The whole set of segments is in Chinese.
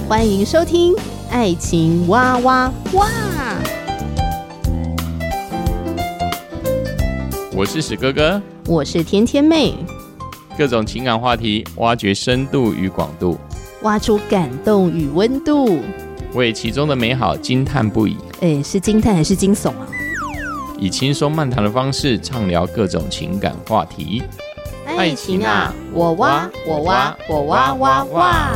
欢迎收听《爱情哇哇哇》。 我是史哥哥， 我是甜甜妹， 各种情感话题，挖掘深度与广度， 挖出感动与温度， 为其中的美好惊叹不已。 是惊叹还是惊悚啊？ 以轻松漫谈的方式畅聊各种情感话题。 爱情啊，我挖我挖我挖挖挖。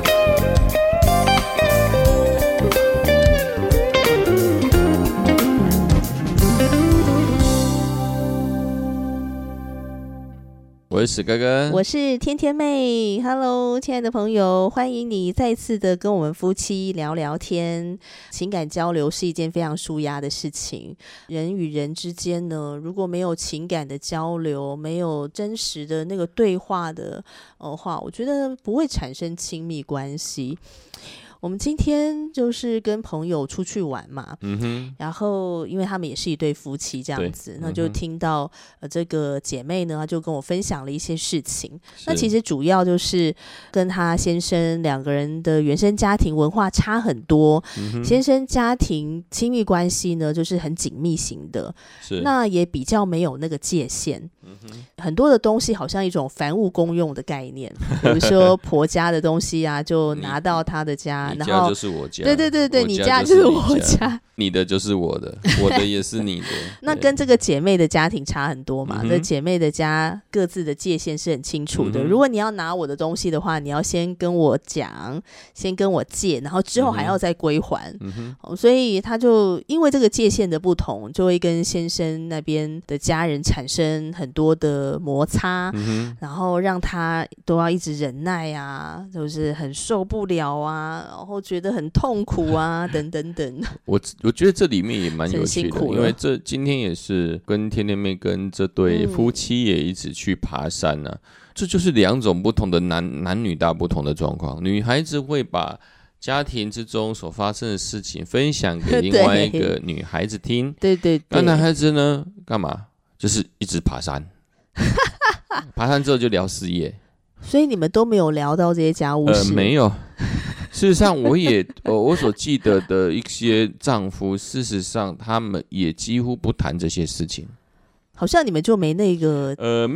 我是史哥哥， 我是甜甜妹。Hello， 亲爱的朋友，欢迎你再次的跟我们夫妻聊聊天。情感交流是一件非常抒压的事情。人与人之间呢，如果没有情感的交流，没有真实的那个对话的话，我觉得不会产生亲密关系。我们今天就是跟朋友出去玩嘛，然后因为他们也是一对夫妻这样子，那就听到这个姐妹呢，她就跟我分享了一些事情。那其实主要就是跟她先生两个人的原生家庭文化差很多，先生家庭亲密关系呢就是很紧密型的，那也比较没有那个界限，很多的东西好像一种凡物公用的概念，比如说婆家的东西啊，就拿到他的家。 你家就是我家， 对对对对，你家就是我家， 你的就是我的，我的也是你的。 那跟这个姐妹的家庭差很多嘛，那姐妹的家各自的界限是很清楚的。如果你要拿我的东西的话，你要先跟我讲，先跟我借，然后之后还要再归还。所以他就因为这个界限的不同，就会跟先生那边的家人产生很多的摩擦，然后让他都要一直忍耐啊，就是很受不了啊，然后觉得很痛苦啊，等等等。 我觉得这里面也蛮有趣的，因为今天也是跟甜甜妹跟这对夫妻也一起去爬山啊，这就是两种不同的男女大不同的状况。女孩子会把家庭之中所发生的事情分享给另外一个女孩子听， 对对对。 那男孩子呢，干嘛？就是一直爬山，爬山之后就聊事业。 所以你们都没有聊到这些家务事？ 没有。事实上，我所记得的一些丈夫，事实上他们也几乎不谈这些事情。 好像你们就没那个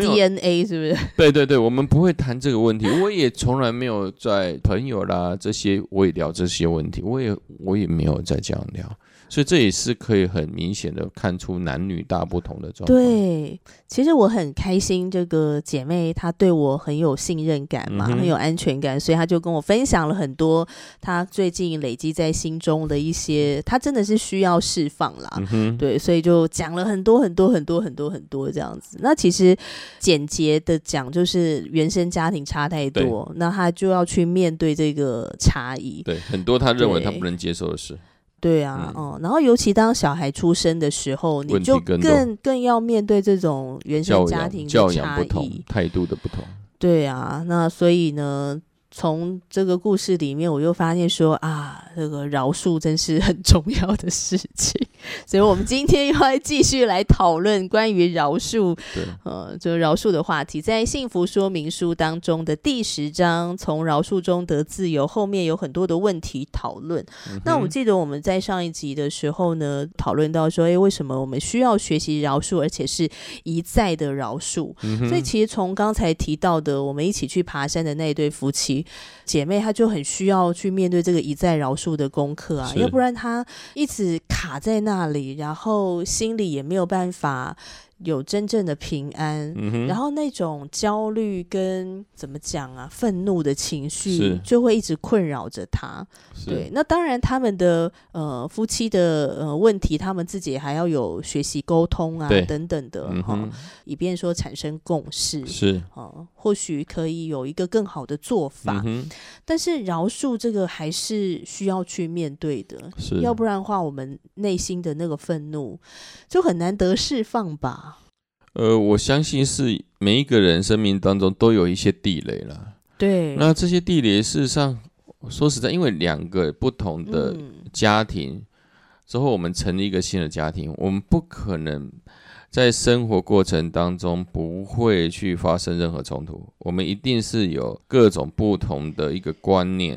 DNA 是不是？ 对对对，我们不会谈这个问题。我也从来没有在朋友啦这些，我也聊这些问题，我也没有再这样聊。所以这也是可以很明显的看出男女大不同的状况。 对，其实我很开心，这个姐妹她对我很有信任感嘛，很有安全感，所以她就跟我分享了很多她最近累积在心中的一些，她真的是需要释放啦。对，所以就讲了很多很多很多很多很多这样子。那其实简洁的讲，就是原生家庭差太多，那她就要去面对这个差异。 对，很多她认为她不能接受的事。 对啊，然后尤其当小孩出生的时候，你就更要面对这种原生家庭的差异、教养不同、 态度的不同。 对啊，那所以呢，从这个故事里面，我又发现说啊，这个饶恕真是很重要的事情。所以我们今天又要继续来讨论关于饶恕，就饶恕的话题，在幸福说明书当中的第10章，从饶恕中得自由，后面有很多的问题讨论。那我记得我们在上一集的时候呢，讨论到说，为什么我们需要学习饶恕，而且是一再的饶恕。所以其实从刚才提到的，我们一起去爬山的那一对夫妻姐妹，她就很需要去面对这个一再饶恕的功课啊，要不然她一直卡在那里，然后心里也没有办法有真正的平安，然后那种焦虑跟怎么讲啊，愤怒的情绪就会一直困扰着他。对，那当然他们的夫妻的问题，他们自己还要有学习沟通啊等等的，以便说产生共识，是或许可以有一个更好的做法。但是饶恕这个还是需要去面对的，要不然的话，我们内心的那个愤怒就很难得释放吧。 我相信是每一个人生命当中都有一些地雷啦。对，那这些地雷事实上说实在，因为两个不同的家庭之后，我们成立一个新的家庭，我们不可能在生活过程当中不会去发生任何冲突，我们一定是有各种不同的一个观念，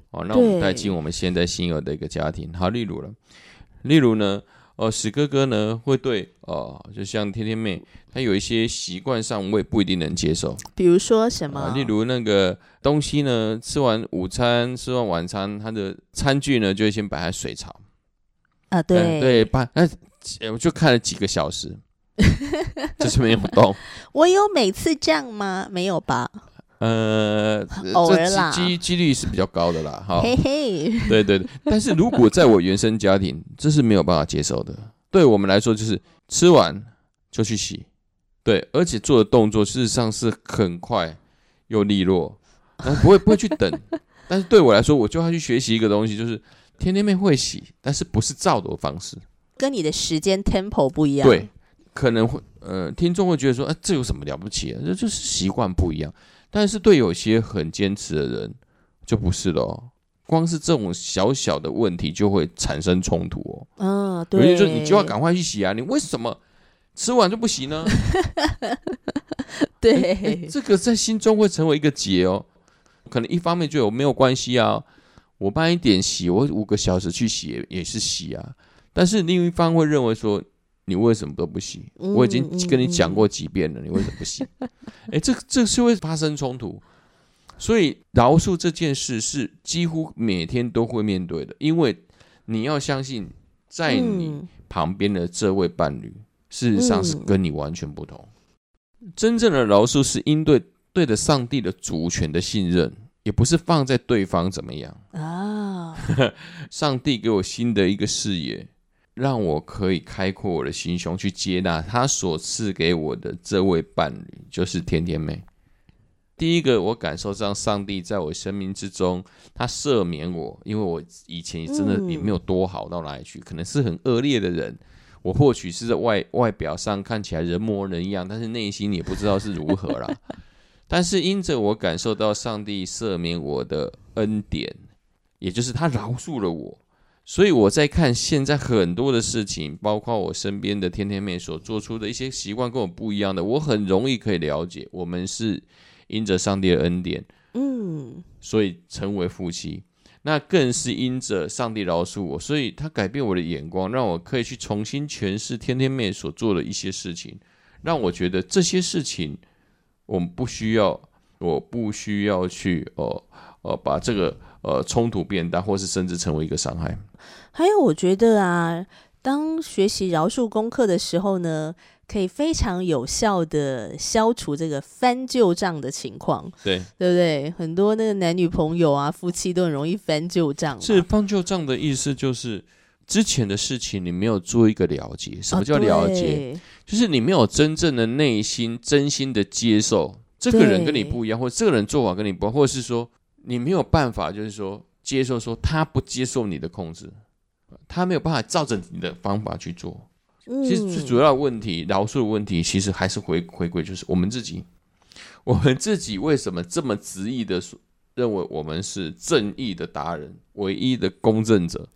那我们带进我们现在新有的一个家庭。好，例如呢，史哥哥呢会对就像天天妹，她有一些习惯上我也不一定能接受。 比如说什么？ 例如那个东西呢，吃完午餐、吃完晚餐，他的餐具呢就会先摆在水槽。对，我就看了几个小时，就是没有动。 我有每次这样吗？没有吧。偶尔啦， 几率是比较高的啦。 嘿嘿， 对，但是如果在我原生家庭，这是没有办法接受的。对我们来说，就是吃完就去洗，对，而且做的动作事实上是很快又利落，但不会去等。但是对我来说，我就要去学习一个东西，就是天天妹会洗，但是不是照的方式， 跟你的时间 tempo 不一样。 对，可能会听众会觉得说，这有什么了不起的？这就是习惯不一样。但是对有些很坚持的人就不是了光是这种小小的问题就会产生冲突对， 有些人说你就要赶快去洗啊，你为什么吃完就不洗呢？ 对， 这个在心中会成为一个结可能一方面就有没有关系啊，我慢一点洗，我5个小时去洗也是洗啊，但是另一方会认为说你为什么都不洗？我已经跟你讲过几遍了，你为什么不洗？这是会发生冲突，所以饶恕这件事是几乎每天都会面对的，因为你要相信，在你旁边的这位伴侣，事实上是跟你完全不同。真正的饶恕是因对着上帝的主权的信任，也不是放在对方怎么样啊。上帝给我新的一个视野。让我可以开阔我的心胸去接纳他所赐给我的这位伴侣，就是天天妹。第一个，我感受上上帝在我生命之中，他赦免我，因为我以前真的也没有多好到哪里去，可能是很恶劣的人。我或许是在外表上看起来人模人样，但是内心也不知道是如何啦。但是因着我感受到上帝赦免我的恩典，也就是他饶恕了我。所以我在看现在很多的事情，包括我身边的天天妹所做出的一些习惯跟我不一样的，我很容易可以了解，我们是因着上帝的恩典，所以成为夫妻。那更是因着上帝饶恕我，所以他改变我的眼光，让我可以去重新诠释天天妹所做的一些事情，让我觉得这些事情我不需要去把这个冲突变大，或是甚至成为一个伤害。 还有我觉得啊，当学习饶恕功课的时候呢，可以非常有效的消除这个翻旧账的情况，对不对？很多那个男女朋友啊，夫妻都很容易翻旧账。 是翻旧账的意思就是之前的事情你没有做一个了解。什么叫了解？就是你没有真正的内心真心的接受这个人跟你不一样，或者这个人做法跟你不一样，或者是说你没有办法就是说接受说他不接受你的控制，他没有办法照着你的方法去做。其实最主要的问题，饶恕的问题，其实还是回归就是我们自己为什么这么执意的认为我们是正义的达人，唯一的公正者？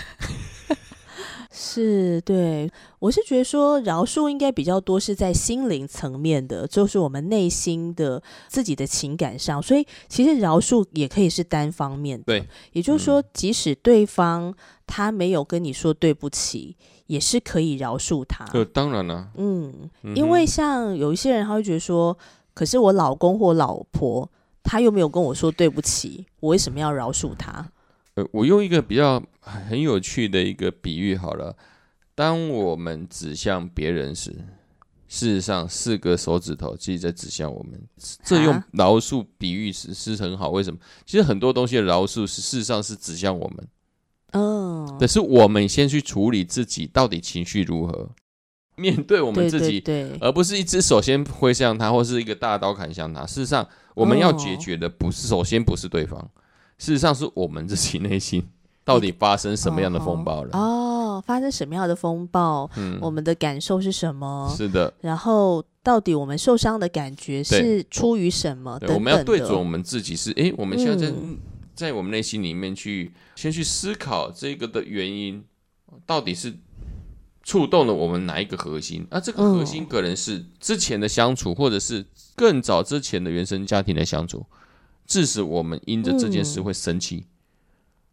是，对，我是觉得说饶恕应该比较多是在心灵层面的，就是我们内心的自己的情感上，所以其实饶恕也可以是单方面的。对，也就是说，即使对方他没有跟你说对不起，也是可以饶恕他。 当然了， 因为像有一些人他会觉得说，可是我老公或老婆他又没有跟我说对不起，我为什么要饶恕他？ 我用一个比较很有趣的一个比喻好了，当我们指向别人时，事实上4个手指头其实在指向我们，这用饶恕比喻是很好。为什么？其实很多东西的饶恕事实上是指向我们，可是我们先去处理自己到底情绪如何，面对我们自己，对，而不是一只手先挥向他，或是一个大刀砍向他。事实上我们要解决的首先不是对方，事实上是我们自己内心到底发生什么样的风暴了？ 发生什么样的风暴？我们的感受是什么？ 是的。 然后到底我们受伤的感觉是出于什么？等等的。 我们要对准我们自己是，我们现在在我们内心里面先去思考这个的原因，到底是触动了我们哪一个核心？这个核心可能是之前的相处，或者是更早之前的原生家庭的相处。致使我们因着这件事会生气，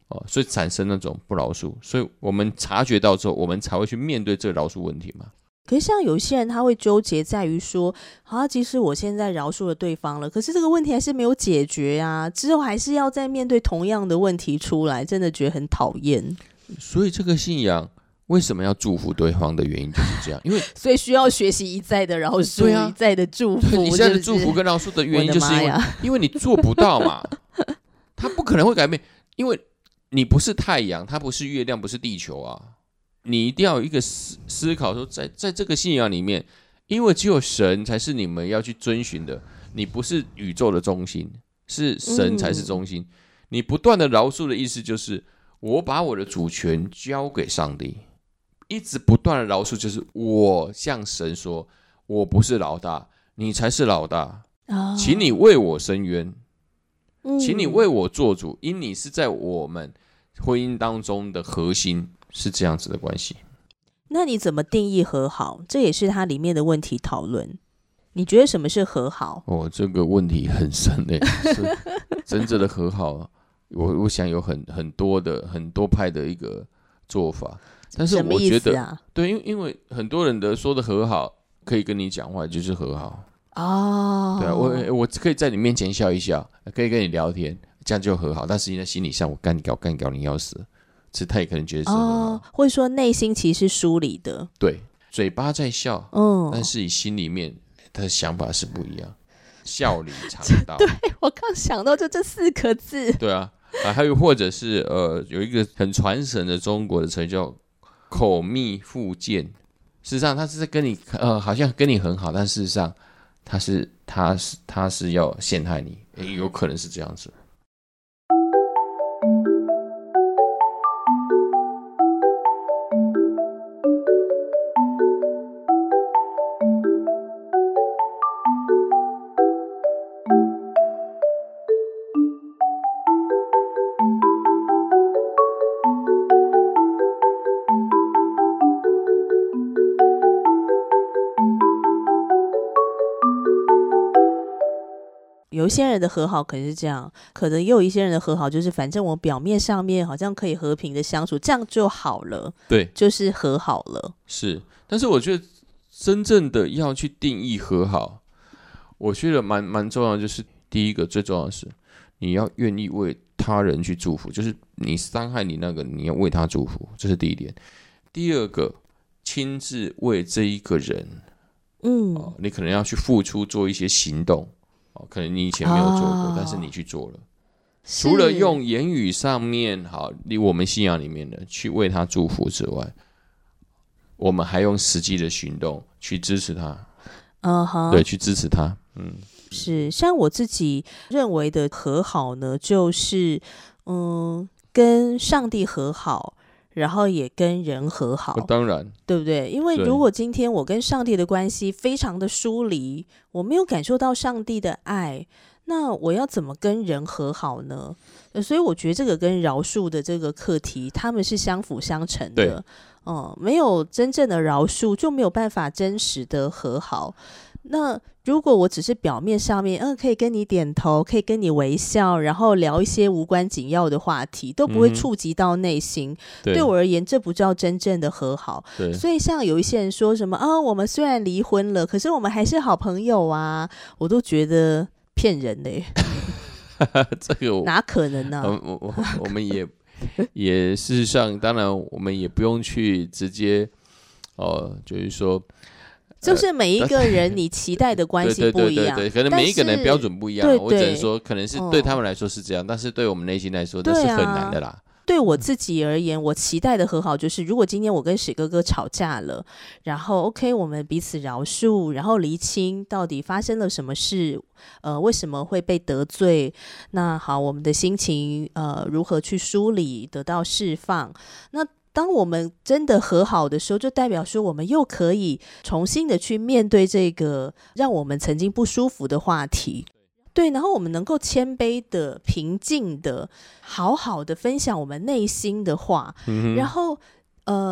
所以产生那种不饶恕，所以我们察觉到之后，我们才会去面对这个饶恕问题嘛。 可是像有些人他会纠结在于说，即使我现在饶恕了对方了，可是这个问题还是没有解决啊，之后还是要再面对同样的问题出来，真的觉得很讨厌。 所以这个信仰为什么要祝福对方的原因就是这样，因为所以需要学习一再的饶恕，一再的祝福。 一再的祝福跟饶恕的原因就是因为你做不到嘛，他不可能会改变，因为你不是太阳，他不是月亮，不是地球啊。你一定要有一个思考说在这个信仰里面，因为只有神才是你们要去遵循的，你不是宇宙的中心，是神才是中心。你不断的饶恕的意思就是我把我的主权交给上帝，一直不断的饶恕，就是我向神说我不是老大，你才是老大，请你为我伸冤，请你为我做主，因你是在我们婚姻当中的核心，是这样子的关系。 那你怎么定义和好？这也是它里面的问题讨论。你觉得什么是和好？ 这个问题很深是真正的和好，我想有很多派的一个做法，但是我觉得对，因为很多人的说的和好，可以跟你讲话就是和好对啊，我可以在你面前笑一笑，可以跟你聊天，这样就和好，但是你在心理上我干掉你要死，这他也可能觉得是和好， 或者说内心其实是疏离的， 对，嘴巴在笑，但是你心里面他的想法是不一样，笑里藏刀。 对，我刚想到就这4个字。 对啊，还有或者是有一个很传神的中国的成语叫口蜜腹剑，事实上他是在跟你好像跟你很好，但事实上他是要陷害你，有可能是这样子。 有一些人的和好可能是这样，可能也有一些人的和好就是反正我表面上面好像可以和平的相处，这样就好了， 对， 就是和好了。 是，但是我觉得真正的要去定义和好，我觉得蛮重要的，就是第一个最重要的是你要愿意为他人去祝福，就是你伤害你那个你要为他祝福，这是第一点。第二个，亲自为这一个人你可能要去付出做一些行动，可能你以前没有做过，但是你去做了。除了用言语上面我们信仰里面的去为他祝福之外，我们还用实际的行动去支持他。对，去支持他。 是，像我自己认为的和好呢，就是跟上帝和好，然后也跟人和好。 当然， 对不对？因为如果今天我跟上帝的关系非常的疏离，我没有感受到上帝的爱，那我要怎么跟人和好呢？所以我觉得这个跟饶恕的这个课题，他们是相辅相成的。没有真正的饶恕，就没有办法真实的和好。那如果我只是表面上面可以跟你点头，可以跟你微笑，然后聊一些无关紧要的话题，都不会触及到内心，对我而言这不叫真正的和好。所以像有一些人说什么我们虽然离婚了，可是我们还是好朋友啊，我都觉得骗人的这个哪可能呢？ 我们也事实上当然我们也不用去直接就是说就是每一个人你期待的关系不一样， 对，可能每一个人标准不一样，我只能说可能是对他们来说是这样，但是对我们内心来说那是很难的啦。 对我自己而言，我期待的和好就是，如果今天我跟史哥哥吵架了，然后 OK 我们彼此饶恕，然后厘清到底发生了什么事，为什么会被得罪，那好，我们的心情如何去梳理得到释放，那当我们真的和好的时候，就代表说我们又可以重新的去面对这个让我们曾经不舒服的话题。对，然后我们能够谦卑的、平静的、好好的分享我们内心的话，然后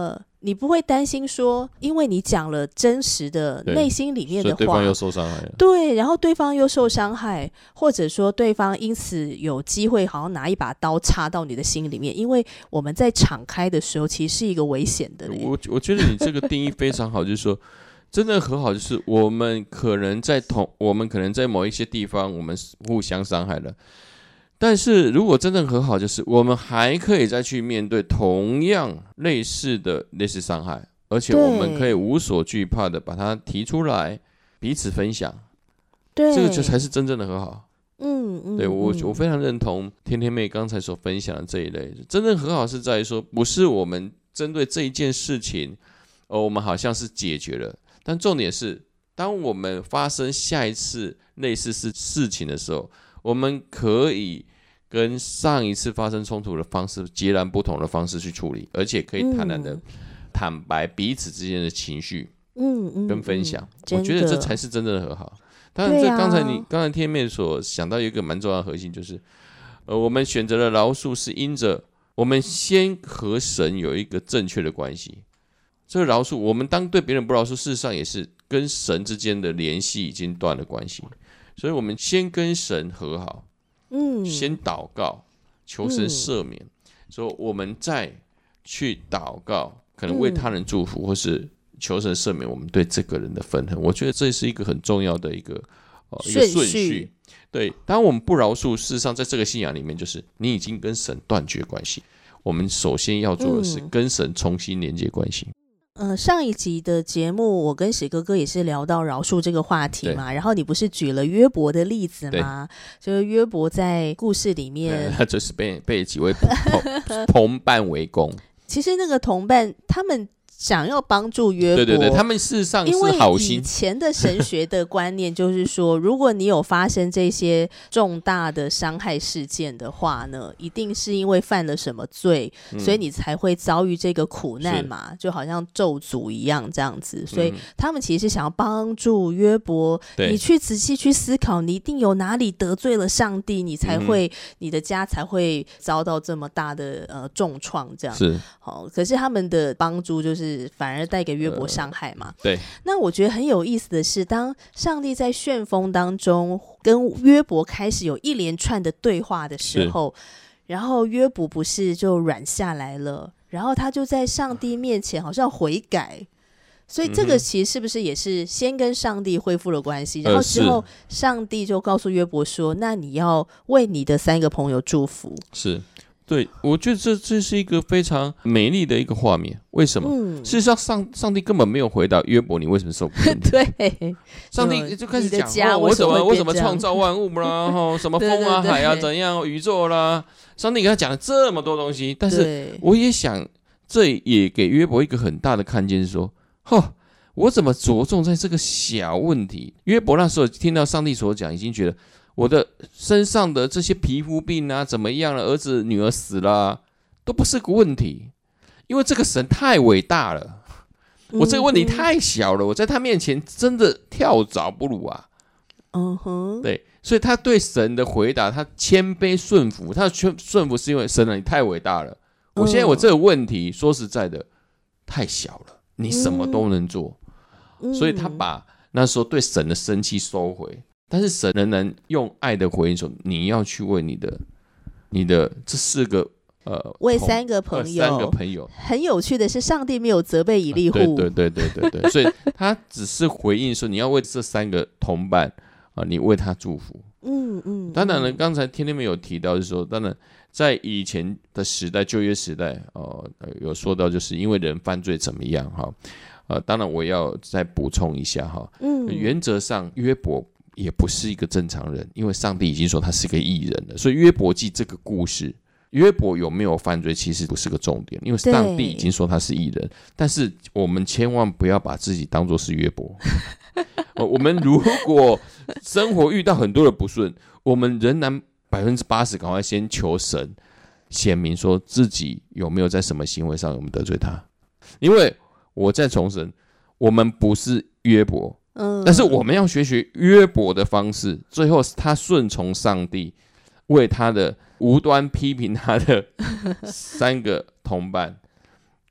你不会担心说，因为你讲了真实的内心里面的话， 对方又受伤害了， 对，然后对方又受伤害，或者说对方因此有机会好像拿一把刀插到你的心里面，因为我们在敞开的时候其实是一个危险的。 我觉得你这个定义非常好，就是说真的和好，就是我们可能在某一些地方我们互相伤害了，但是如果真正和好，就是我们还可以再去面对同样类似伤害，而且我们可以无所惧怕的把它提出来，彼此分享。对，这个就才是真正的和好。对，我非常认同天天妹刚才所分享的这一类。真正和好是在于说，不是我们针对这一件事情，我们好像是解决了，但重点是，当我们发生下一次类似事情的时候，我们可以跟上一次发生冲突的方式截然不同的方式去处理，而且可以坦然的坦白彼此之间的情绪，跟分享。我觉得这才是真正的和好。当然，刚才天妹所想到一个蛮重要的核心，就是我们选择了饶恕，是因着我们先和神有一个正确的关系。这个饶恕，我们当对别人不饶恕，事实上也是跟神之间的联系已经断了关系。所以我们先跟神和好，先祷告，求神赦免，所以我们再去祷告，可能为他人祝福，或是求神赦免我们对这个人的愤恨。我觉得这是一个很重要的一个顺序。对，当我们不饶恕，事实上在这个信仰里面，就是你已经跟神断绝关系。我们首先要做的是跟神重新连接关系。 上一集的节目，我跟史哥哥也是聊到饶恕这个话题嘛，然后你不是举了约伯的例子吗？就是约伯在故事里面， 他就是被几位同伴围攻。 其实那个同伴他们想要帮助约伯， 对，他们事实上是好心。 因为以前的神学的观念就是说，如果你有发生这些重大的伤害事件的话呢，一定是因为犯了什么罪，所以你才会遭遇这个苦难嘛，就好像咒诅一样这样子。所以他们其实是想要帮助约伯，你去仔细去思考，你一定有哪里得罪了上帝，你才会你的家才会遭到这么大的重创这样。 是， 可是他们的帮助就是反而带给约伯伤害嘛。 对。 那我觉得很有意思的是，当上帝在旋风当中跟约伯开始有一连串的对话的时候，然后约伯不是就软下来了，然后他就在上帝面前好像悔改。所以这个其实是不是也是先跟上帝恢复了关系，然后之后上帝就告诉约伯说，那你要为你的3个朋友祝福。 是，对，我觉得这是一个非常美丽的一个画面。为什么？事实上上帝根本没有回答约伯你为什么受苦。 对， 上帝就开始讲我怎么创造万物啦，什么风啊海啊怎样宇宙啦，上帝给他讲了这么多东西。但是我也想，这也给约伯一个很大的看见，是说我怎么着重在这个小问题？约伯那时候听到上帝所讲，已经觉得我的身上的这些皮肤病啊怎么样了，儿子女儿死了啊，都不是个问题，因为这个神太伟大了，我这个问题太小了，我在他面前真的跳蚤不如啊。对，所以他对神的回答，他谦卑顺服，他的顺服是因为神啊，你太伟大了，我现在我这个问题说实在的太小了，你什么都能做，所以他把那时候对神的生气收回，但是神仍然用爱的回应说，你要去为你的这4个为3个朋友。很有趣的是，上帝没有责备以利户。 对，所以他只是回应说，你要为这3个同伴你为他祝福。当然了，刚才天天没有提到，就是说，当然在以前的时代，旧约时代有说到，就是因为人犯罪怎么样当然我要再补充一下原则上约伯也不是一个正常人，因为上帝已经说他是个义人了，所以约伯记这个故事，约伯有没有犯罪其实不是个重点，因为上帝已经说他是义人。但是我们千万不要把自己当作是约伯我们如果生活遇到很多的不顺，我们仍然80%赶快先求神显明说自己有没有在什么行为上有没有得罪他。因为我再重申，我们不是约伯，但是我们要学约伯的方式，最后他顺从上帝，为他的无端批评他的3个同伴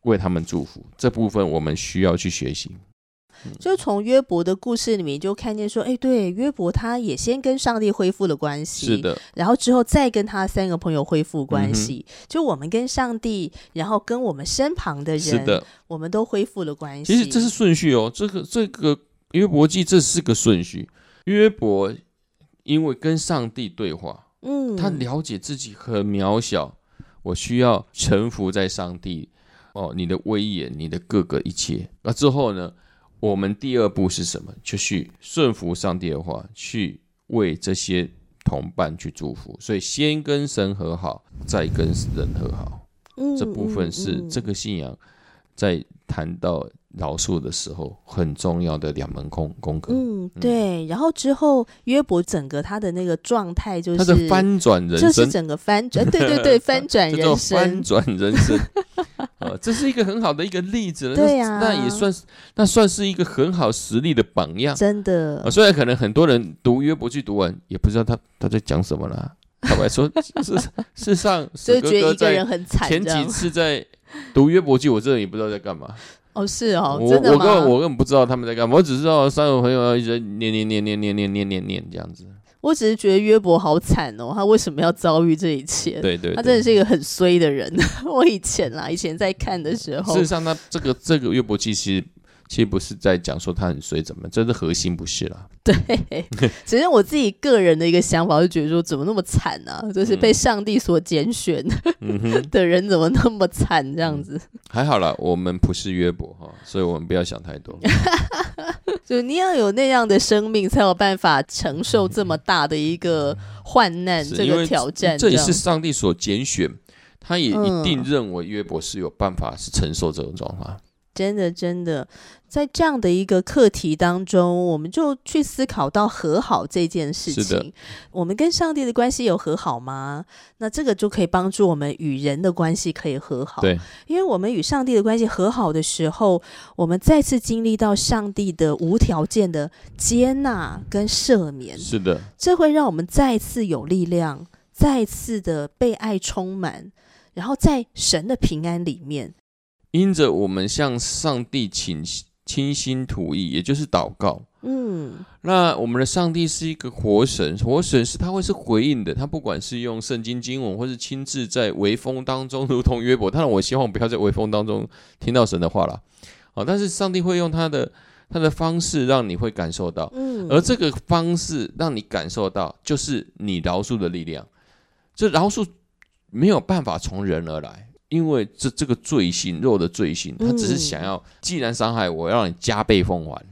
为他们祝福，这部分我们需要去学习。 就从约伯的故事里面就看见说，对，约伯他也先跟上帝恢复了关系， 是的， 然后之后再跟他3个朋友恢复关系，就我们跟上帝，然后跟我们身旁的人， 是的， 我们都恢复了关系。 其实这是顺序哦，这个约伯记这是个顺序。约伯因为跟上帝对话，他了解自己很渺小，我需要臣服在上帝你的威严，你的各个一切。那之后呢，我们第2步是什么？就去顺服上帝的话，去为这些同伴去祝福。所以先跟神和好，再跟人和好。这部分是这个信仰在谈到饶恕的时候很重要的2门功课。 对。然后之后约伯整个他的那个状态就是他的翻转人生， 就是整个翻转，对，翻转人生， 翻转人生。这是一个很好的一个例子。 对啊， 那算是一个很好实力的榜样， 真的。 虽然可能很多人读约伯记读完也不知道他在讲什么啦。坦白说，事实上， 就觉得一个人很惨。 前几次在读约伯记，我真的也不知道在干嘛。 是哦，真的吗？ 我根本不知道他们在干嘛，我只知道3个朋友要一直念这样子。 我只是觉得约伯好惨哦，他为什么要遭遇这一切？ 对， 他真的是一个很衰的人。我以前在看的时候， 事实上，他这个约伯记其实不是在讲说他很衰怎么，这是核心不是啦。 对，只是我自己个人的一个想法，就觉得说怎么那么惨啊？就是被上帝所拣选的人怎么那么惨这样子？ 还好啦，我们不是约伯所以我们不要想太多。 就你要有那样的生命，才有办法承受这么大的一个患难，这个挑战。 这也是上帝所拣选，他也一定认为约伯是有办法是承受这种状况。 真的，在这样的一个课题当中，我们就去思考到和好这件事情。 是的， 我们跟上帝的关系有和好吗？那这个就可以帮助我们与人的关系可以和好。 对， 因为我们与上帝的关系和好的时候，我们再次经历到上帝的无条件的接纳跟赦免。 是的， 这会让我们再次有力量，再次的被爱充满，然后在神的平安里面。 因着我们向上帝倾心吐意，也就是祷告。那我们的上帝是一个活神，活神是他会是回应的，他不管是用圣经经文，或是亲自在微风当中，如同约伯。当然，我希望不要在微风当中听到神的话啦。但是上帝会用他的方式让你会感受到，而这个方式让你感受到，就是你饶恕的力量。这饶恕没有办法从人而来。因为这个罪性，肉的罪性，他只是想要，既然伤害我，要让你加倍奉还。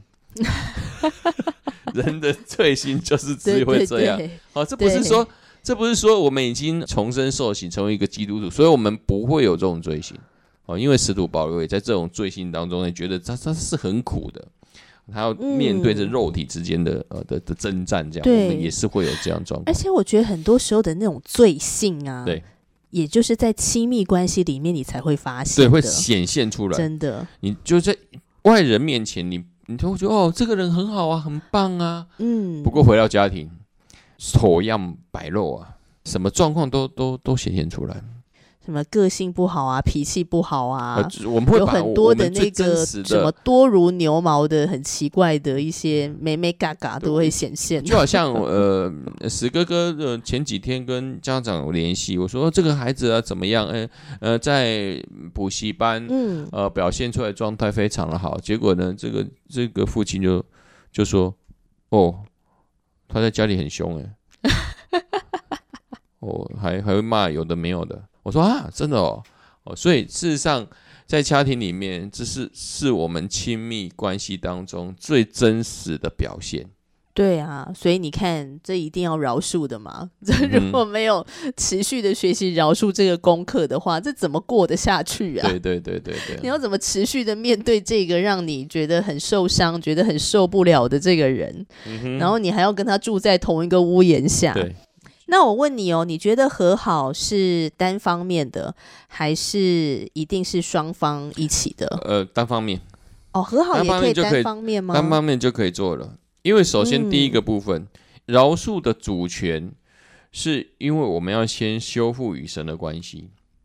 人的罪性就是只会这样。这不是说我们已经重生受洗成为一个基督徒，所以我们不会有这种罪性。因为使徒保罗也在这种罪性当中，也觉得他是很苦的，他要面对着肉体之间的征战，这样我们也是会有这样状况。 而且我觉得很多时候的那种罪性啊， 对。 也就是在亲密关系里面你才会发现的， 对，会显现出来。 真的， 你就在外人面前，你就会觉得这个人很好啊，很棒啊。不过回到家庭，丑样摆露啊，什么状况都显现出来。 什么个性不好啊，脾气不好啊， 我们会有很多的那个什么多如牛毛的很奇怪的一些美美嘎嘎都会显现。 就好像史哥哥前几天跟家长联系，我说这个孩子怎么样？在补习班表现出来状态非常的好，结果呢这个父亲就说他在家里很凶还会骂有的没有的。我说真的所以事实上在家庭里面，这是我们亲密关系当中最真实的表现。 对啊，所以你看，这一定要饶恕的嘛。如果没有持续的学习饶恕这个功课的话，这怎么过得下去啊？ 对， 你要怎么持续的面对这个让你觉得很受伤、觉得很受不了的这个人？然后你还要跟他住在同一个屋檐下。 对。 那我问你你觉得和好是单方面的，还是一定是双方一起的？ 单方面。 和好也可以单方面吗？ 单方面就可以做了。因为首先第一个部分，饶恕的主权是因为我们要先修复与神的关系。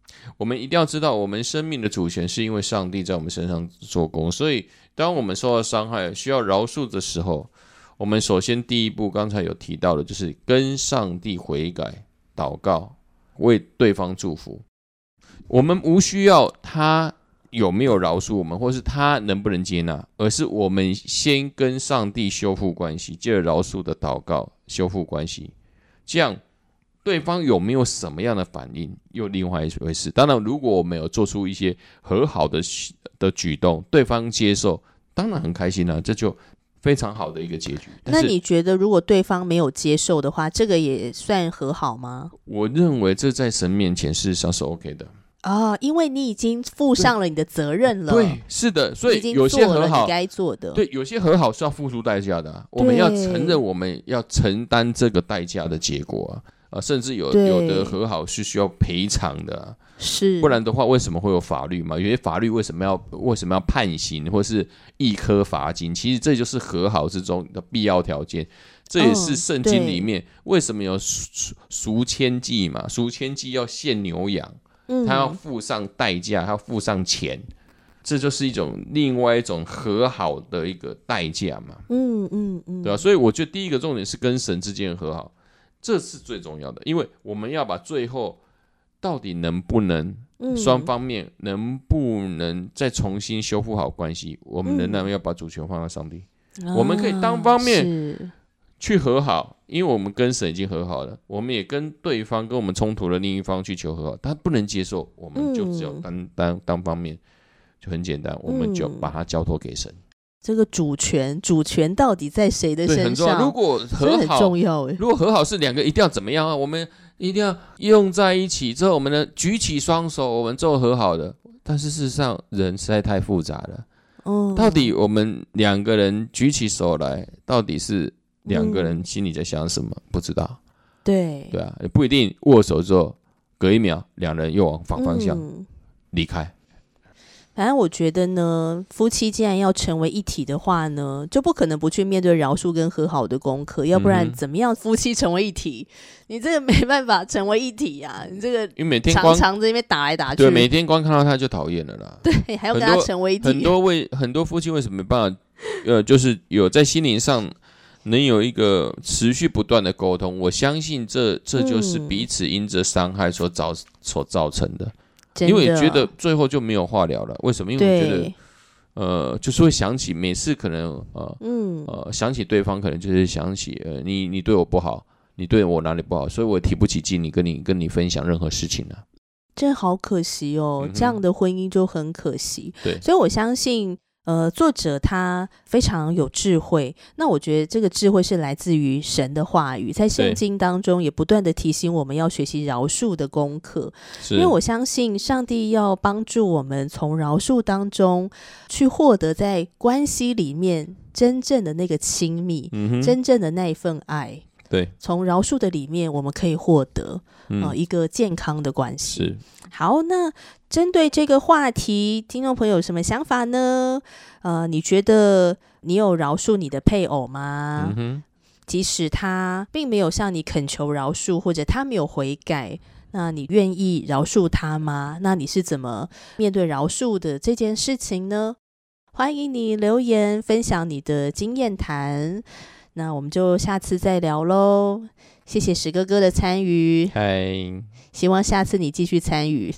我们一定要知道，我们生命的主权是因为上帝在我们身上做工，所以当我们受到伤害需要饶恕的时候，我们首先第一步刚才有提到的就是跟上帝悔改祷告，为对方祝福。我们无需要他有没有饶恕我们，或是他能不能接纳，而是我们先跟上帝修复关系，借着饶恕的祷告修复关系，这样对方有没有什么样的反应又另外一回事。当然如果我们有做出一些和好的举动，对方接受当然很开心啊，这就非常好的一个结局。 那你觉得如果对方没有接受的话，这个也算和好吗？ 我认为这在神面前事实上是 OK 的因为你已经负上了你的责任了。 对，是的，所以有些和好你该做的， 对，有些和好是要付出代价的我们要承认我们要承担这个代价的结果甚至有的和好是需要赔偿的是， 不然的话为什么会有法律嘛？有些法律为什么要判刑或是一颗罚金？其实这就是和好之中的必要条件。这也是圣经里面为什么有赎愆祭嘛？赎愆祭要献牛羊，他要付上代价，他要付上钱，这就是另外一种和好的一个代价嘛。对吧？所以我觉得第一个重点是跟神之间的和好，这是最重要的，因为我们要把最后到底能不能双方面能不能再重新修复好关系，我们仍然要把主权放在上帝。我们可以单方面去和好，因为我们跟神已经和好了，我们也跟对方跟我们冲突的另一方去求和好，他不能接受，我们就只有单方面，就很简单，我们就把它交托给神。 这个主权到底在谁的身上？ 很重要。如果和好， 很重要。 如果和好是两个一定要怎么样我们一定要用在一起之后，我们呢举起双手，我们做和好的。但是事实上，人实在太复杂了。到底我们两个人举起手来，到底是两个人心里在想什么？不知道。对啊，也不一定握手之后，隔一秒两人又往反方向离开。 反正我觉得呢，夫妻既然要成为一体的话呢，就不可能不去面对饶恕跟和好的功课，要不然怎么样夫妻成为一体？你这个没办法成为一体啊！你这个因为每天常常在那边打来打去， 对，每天光看到他就讨厌了啦。 对，还要跟他成为一体。 很多夫妻为什么没办法？就是有在心灵上能有一个持续不断的沟通，我相信这就是彼此因着伤害所造成的。因为觉得最后就没有话聊了，为什么？因为我觉得，就是会想起每次可能想起对方，可能就是想起你对我不好，你对我哪里不好，所以我提不起劲，跟你分享任何事情了。 真好可惜哦，这样的婚姻就很可惜。 对， 所以我相信。作者他非常有智慧，那我觉得这个智慧是来自于神的话语，在圣经当中也不断的提醒我们要学习饶恕的功课，因为我相信上帝要帮助我们从饶恕当中去获得在关系里面真正的那个亲密，真正的那一份爱。 对， 从饶恕的里面我们可以获得一个健康的关系。 是。 好，那针对这个话题，听众朋友有什么想法呢？你觉得你有饶恕你的配偶吗？即使他并没有向你恳求饶恕，或者他没有悔改，那你愿意饶恕他吗？那你是怎么面对饶恕的这件事情呢？欢迎你留言分享你的经验谈，那我们就下次再聊咯。谢谢史哥哥的参与， 嗨， 希望下次你继续参与。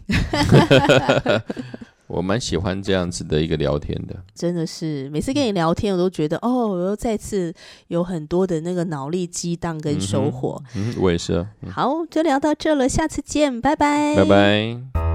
我蛮喜欢这样子的一个聊天的， 真的是每次跟你聊天我都觉得我又再次有很多的那个脑力激荡跟收获。 我也是。 好，就聊到这了，下次见，拜拜， 拜拜。